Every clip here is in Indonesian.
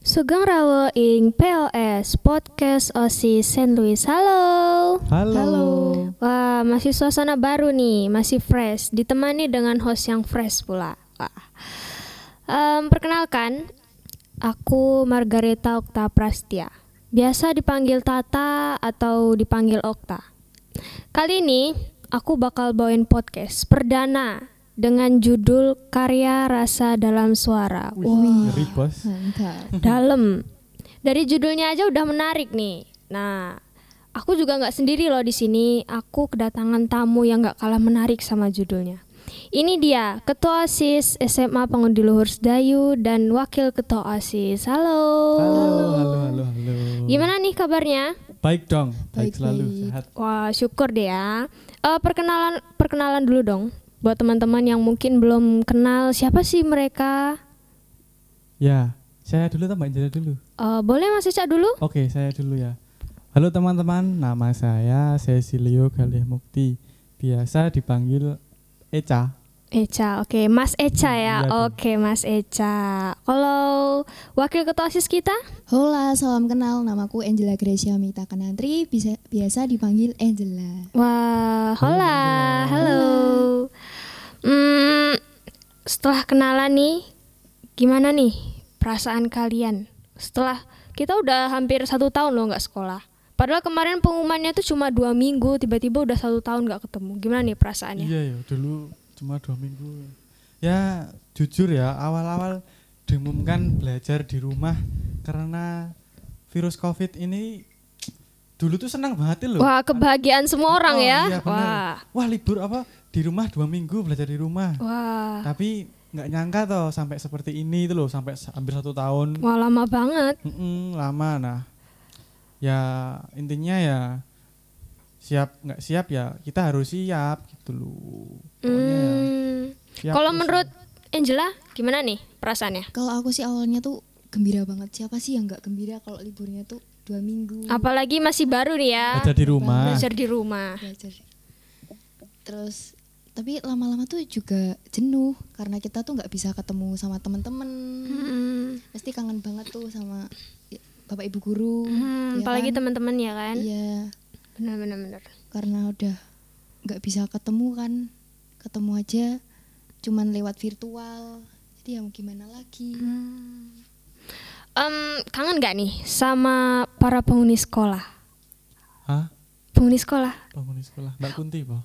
Sugeng Rawo ing POS Podcast OSIS Saint Louis. Halo. Halo. Wah, masih suasana baru nih, masih fresh, ditemani dengan host yang fresh pula. Wah. Perkenalkan, aku Margareta Okta Prastia. Biasa dipanggil Tata atau dipanggil Okta. Kali ini aku bakal bawain podcast perdana dengan judul Karya Rasa Dalam Suara. Ngeri bos. Mantap. Dalam. Dari judulnya aja udah menarik nih. Nah, aku juga nggak sendiri loh di sini. Aku kedatangan tamu yang nggak kalah menarik sama judulnya. Ini dia, Ketua OSIS SMA Pengundi Luhur Sedayu dan Wakil Ketua OSIS. Halo. Halo. Gimana nih kabarnya? Baik dong, Baik, selalu baik. sehat. Wah, syukur deh ya. Perkenalan dulu dong. Buat teman-teman yang mungkin belum kenal siapa sih mereka. Ya, saya dulu atau Mbak Jela dulu? Boleh Mas Ica dulu? Oke, saya dulu ya. Halo teman-teman, nama saya Cecilio Galih Mukti. Biasa dipanggil Eca. Eca, oke, Mas Eca ya. Iya dong. Oke, Mas Eca. Kalau wakil ketua OSIS kita? Hola, salam kenal. Namaku Angela Gracia Mita Kanantri, biasa dipanggil Angela. Wah, hola, halo. Setelah kenalan nih, gimana nih perasaan kalian? Setelah kita udah hampir 1 tahun loh nggak sekolah. Padahal kemarin pengumumannya tuh cuma 2 minggu, tiba-tiba udah 1 tahun nggak ketemu. Gimana nih perasaannya? Iya ya, dulu cuma 2 minggu. Ya, jujur ya, awal-awal diumumkan belajar di rumah karena virus COVID ini dulu tuh senang banget loh. Wah, kebahagiaan semua orang ya. Iya, benar. Wah, libur apa di rumah 2 minggu belajar di rumah. Wah. Tapi nggak nyangka toh sampai seperti ini itu loh, sampai hampir 1 tahun. Wah, lama banget. Lama. Nah, ya intinya ya siap nggak siap ya kita harus siap gitu loh. Pokoknya ya, siap Kalau terus. menurut Angela, gimana nih perasaannya? Kalau aku sih awalnya tuh gembira banget. Siapa sih yang nggak gembira kalau liburnya tuh 2 minggu Apalagi masih baru nih ya, belajar di rumah. belajar di rumah. belajar. Terus tapi lama-lama tuh juga jenuh karena kita tuh nggak bisa ketemu sama teman-teman. Pasti kangen banget tuh sama bapak ibu guru. ya Apalagi kan? teman-teman ya kan? Iya, Benar. karena udah nggak bisa ketemu kan, ketemu aja cuman lewat virtual. Jadi ya mau gimana lagi? Kangen nggak nih sama para penghuni sekolah? Hah? Penghuni sekolah? Penghuni sekolah Mbak Kunti po.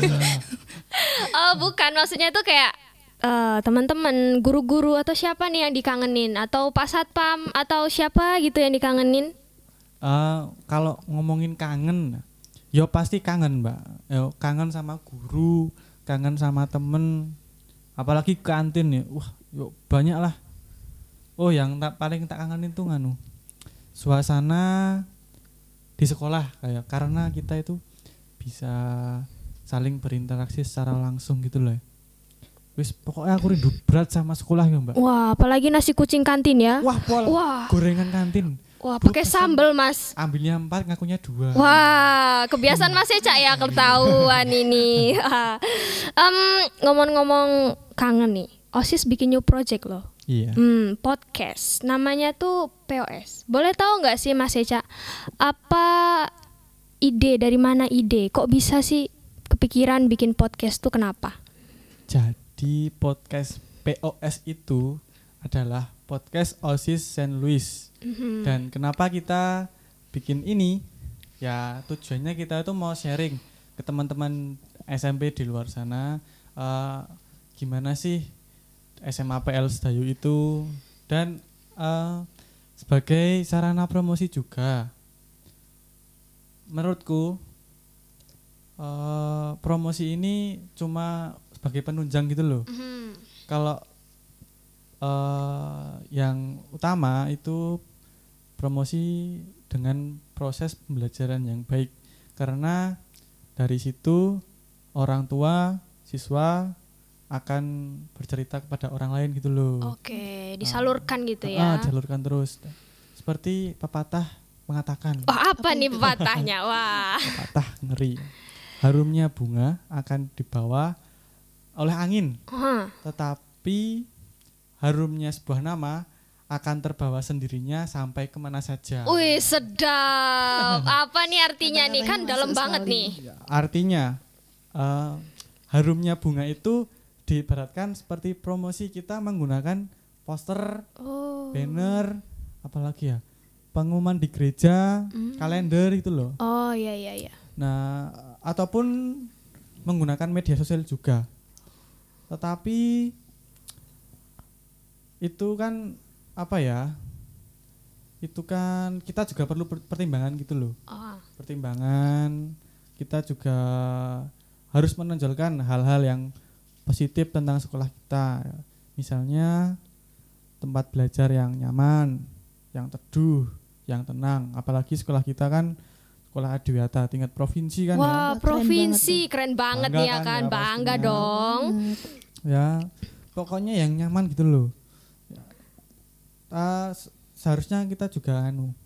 Oh bukan, maksudnya tuh kayak teman-teman, guru-guru atau siapa nih yang dikangenin? Atau Pak Satpam atau siapa gitu yang dikangenin? Kalau ngomongin kangen, yo pasti kangen Mbak. Yo kangen sama guru, kangen sama temen, apalagi kantin ya. Wah, yo banyak lah. Oh, yang paling tak kangenin tuh suasana di sekolah kayak karena kita itu bisa saling berinteraksi secara langsung gitu loh. Wis pokoknya aku rindu berat sama sekolah ya Mbak. Wah, apalagi nasi kucing kantin ya. Wah, Wah. gorengan kantin. Wah, pakai sambel Mas. Ambilnya 4, ngakunya 2. Wah, kebiasaan Mas Eca ya, ketahuan ini. Ngomong-ngomong kangen nih, OSIS bikin new project loh. Iya. Podcast. Namanya tuh POS. Boleh tahu nggak sih Mas Eca, apa ide, dari mana ide? Kok bisa sih kepikiran bikin podcast tuh kenapa? Jadi podcast POS itu adalah podcast OSIS Saint Louis. Dan kenapa kita bikin ini? Ya tujuannya kita itu mau sharing ke teman-teman SMP di luar sana, gimana sih SMA PL Sedayu itu, dan sebagai sarana promosi juga. Menurutku promosi ini cuma sebagai penunjang gitu loh. Kalau yang utama itu promosi dengan proses pembelajaran yang baik, karena dari situ orang tua siswa akan bercerita kepada orang lain gitu loh. Oke, disalurkan gitu ya. Jalurkan terus. Seperti pepatah mengatakan. Wah, apa nih pepatahnya? Wah. Pepatah ngeri. Harumnya bunga akan dibawa oleh angin, tetapi harumnya sebuah nama akan terbawa sendirinya sampai kemana saja. Wih, sedap. Apa nih artinya nih? Kan dalam banget nih. Ya, artinya harumnya bunga itu diibaratkan seperti promosi kita menggunakan poster, banner, apalagi ya, pengumuman di gereja, kalender itu loh. Oh iya. Nah, ataupun menggunakan media sosial juga. Tetapi itu kan apa ya? Itu kan kita juga perlu pertimbangan gitu loh. Pertimbangan, kita juga harus menonjolkan hal-hal yang positif tentang sekolah kita. Misalnya tempat belajar yang nyaman, yang teduh, yang tenang. Apalagi sekolah kita kan sekolah Adiwiyata tingkat provinsi kan. Wah, provinsi keren banget nih ya kan. Bangga dong. Ya, pokoknya yang nyaman gitu loh. Seharusnya kita juga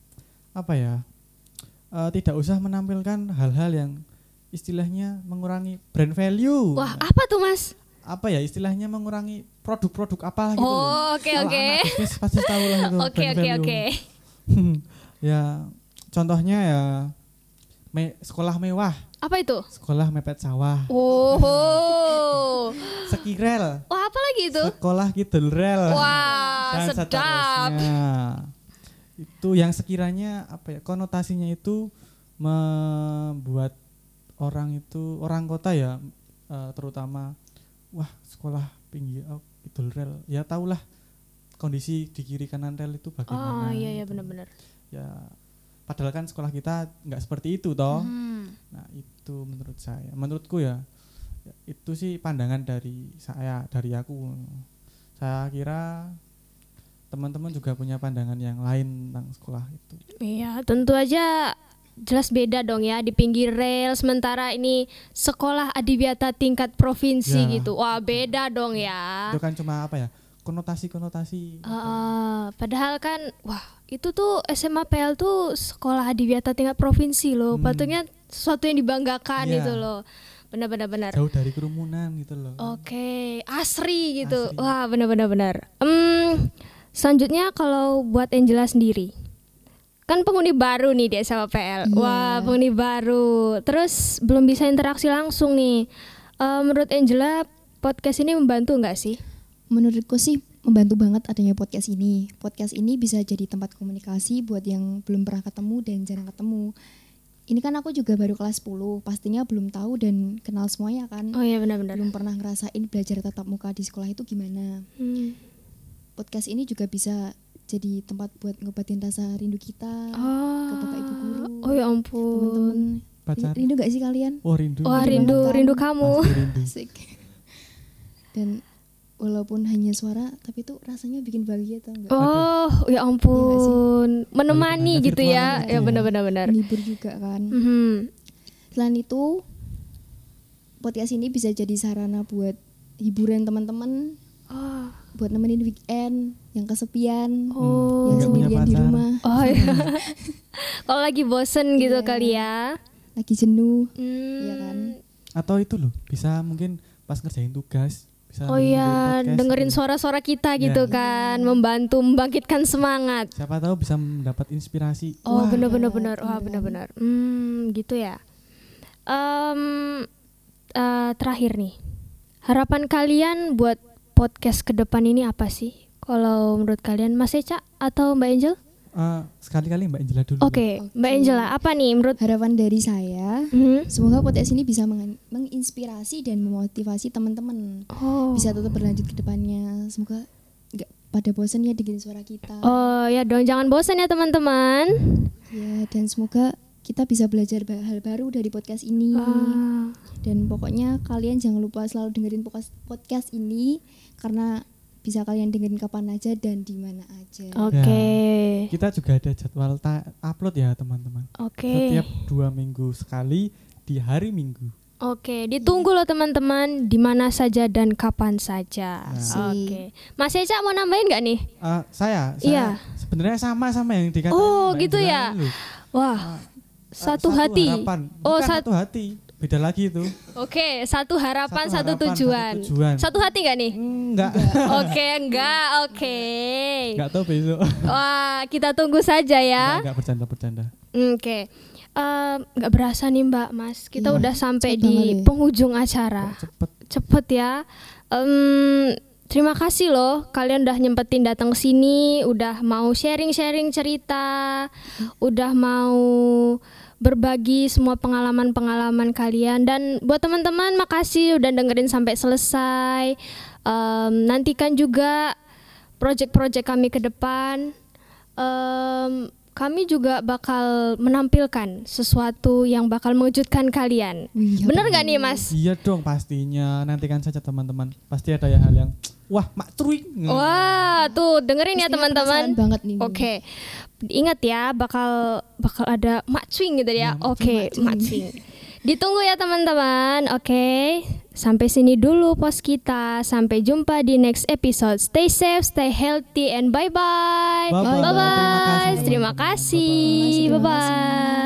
tidak usah menampilkan hal-hal yang istilahnya mengurangi brand value. Wah, apa tuh Mas? Apa ya istilahnya mengurangi produk-produk apa gitu loh. Oh, oke. Anak bisnis pasti tahu lah itu. Oke. Ya, contohnya ya sekolah mewah. Apa itu? Sekolah mepet sawah. Oh. Sekirel. Wah, apa lagi itu? Sekolah kidul rel. Wah, dan sedap. seterusnya. Itu yang sekiranya konotasinya itu membuat orang kota ya, terutama wah sekolah pinggir kidul rel. Ya tahulah kondisi di kiri kanan rel itu bagaimana. Oh iya benar-benar. Ya padahal kan sekolah kita nggak seperti itu toh. Nah itu menurutku ya itu sih pandangan dari aku. Saya kira teman-teman juga punya pandangan yang lain tentang sekolah itu. Iya, tentu aja jelas beda dong ya di pinggir rel, sementara ini sekolah Adiwiyata tingkat provinsi gitu. Wah, beda dong ya. Itu kan cuma konotasi. Padahal kan itu tuh SMA PL tuh sekolah Adiwiyata tingkat provinsi loh. Patutnya sesuatu yang dibanggakan itu loh. Benar. Jauh dari kerumunan gitu loh. Oke, asri gitu. Wah, benar. Selanjutnya kalau buat Angela sendiri, kan penghuni baru nih di SMA PL. Wah, penghuni baru. Terus belum bisa interaksi langsung nih. Menurut Angela, podcast ini membantu nggak sih? Menurutku sih membantu banget adanya podcast ini. Podcast ini bisa jadi tempat komunikasi buat yang belum pernah ketemu dan jarang ketemu. Ini kan aku juga baru kelas 10, pastinya belum tahu dan kenal semuanya kan. Oh iya benar-benar. Belum pernah ngerasain belajar tatap muka di sekolah itu gimana. Podcast ini juga bisa jadi tempat buat ngobatin rasa rindu kita ke bapak ibu guru. Oh ya ampun. Teman-teman. Rindu gak sih kalian? Oh rindu. Wah rindu kamu. Asik. Dan walaupun hanya suara, tapi itu rasanya bikin bahagia tau gak? Oh ya ampun. Menemani gitu ya. Ya benar. Menghibur juga kan. Selain itu, podcast ini bisa jadi sarana buat hiburan teman-teman. Buat nemenin weekend yang kesepian, yang sendirian di rumah. Oh iya. Kalau lagi bosen gitu kali ya. Lagi jenuh, ya kan. Atau itu loh, bisa mungkin pas ngerjain tugas. Bisa dengerin suara-suara kita gitu kan, membantu membangkitkan semangat. Siapa tahu bisa mendapat inspirasi. Oh benar. Wah benar. Gitu ya. Terakhir nih, harapan kalian buat podcast ke depan ini apa sih? Kalau menurut kalian, Mas Eca atau Mbak Angel? Sekali-kali Mbak Angela dulu. Oke. Mbak Angela, apa nih menurut harapan dari saya? Semoga podcast ini bisa menginspirasi dan memotivasi teman-teman. Bisa tetap berlanjut ke depannya. Semoga nggak pada bosan ya dengerin suara kita. Oh ya dong, jangan bosan ya teman-teman. Ya, dan semoga kita bisa belajar hal baru dari podcast ini. Dan pokoknya kalian jangan lupa selalu dengerin podcast ini karena bisa kalian dengerin kapan aja dan di mana aja. Oke. Ya, kita juga ada jadwal upload ya teman-teman. Setiap 2 minggu sekali di hari Minggu. Oke, ditunggu loh teman-teman di mana saja dan kapan saja. Oke. Mas Eca mau nambahin nggak nih? Saya sebenarnya sama yang dikatakan. Oh gitu ya. Wah. Satu hati. Harapan. Satu hati. beda lagi itu. Oke, satu harapan, Satu satu harapan, tujuan. satu tujuan. Satu hati nggak nih? Enggak. Oke, enggak. Oke. Enggak tahu besok. Wah, kita tunggu saja ya. Enggak bercanda. Oke. Nggak berasa nih Mbak Mas, kita Iya, udah sampai cepet di banget ya. penghujung acara. Cepet ya. Terima kasih loh kalian udah nyempetin datang ke sini, udah mau sharing-sharing cerita, udah mau berbagi semua pengalaman-pengalaman kalian. Dan buat teman-teman makasih udah dengerin sampai selesai. Nantikan juga project-project kami ke depan. Kami juga bakal menampilkan sesuatu yang bakal mengejutkan kalian. Iya, Bener gak nih Mas? Iya dong pastinya. Nantikan saja teman-teman. Pasti ada hal yang wah, makcruy. Wah, tuh dengerin ya Pastinya teman-teman. penasaran banget nih. Oke. Ingat ya bakal ada matching gitu ya. Oke, matching. Ditunggu ya teman-teman. Oke. Sampai sini dulu post kita. Sampai jumpa di next episode. Stay safe, stay healthy and bye-bye. Bye-bye. Bye-bye. Terima kasih, Terima teman-teman. kasih. Bye-bye. Bye-bye.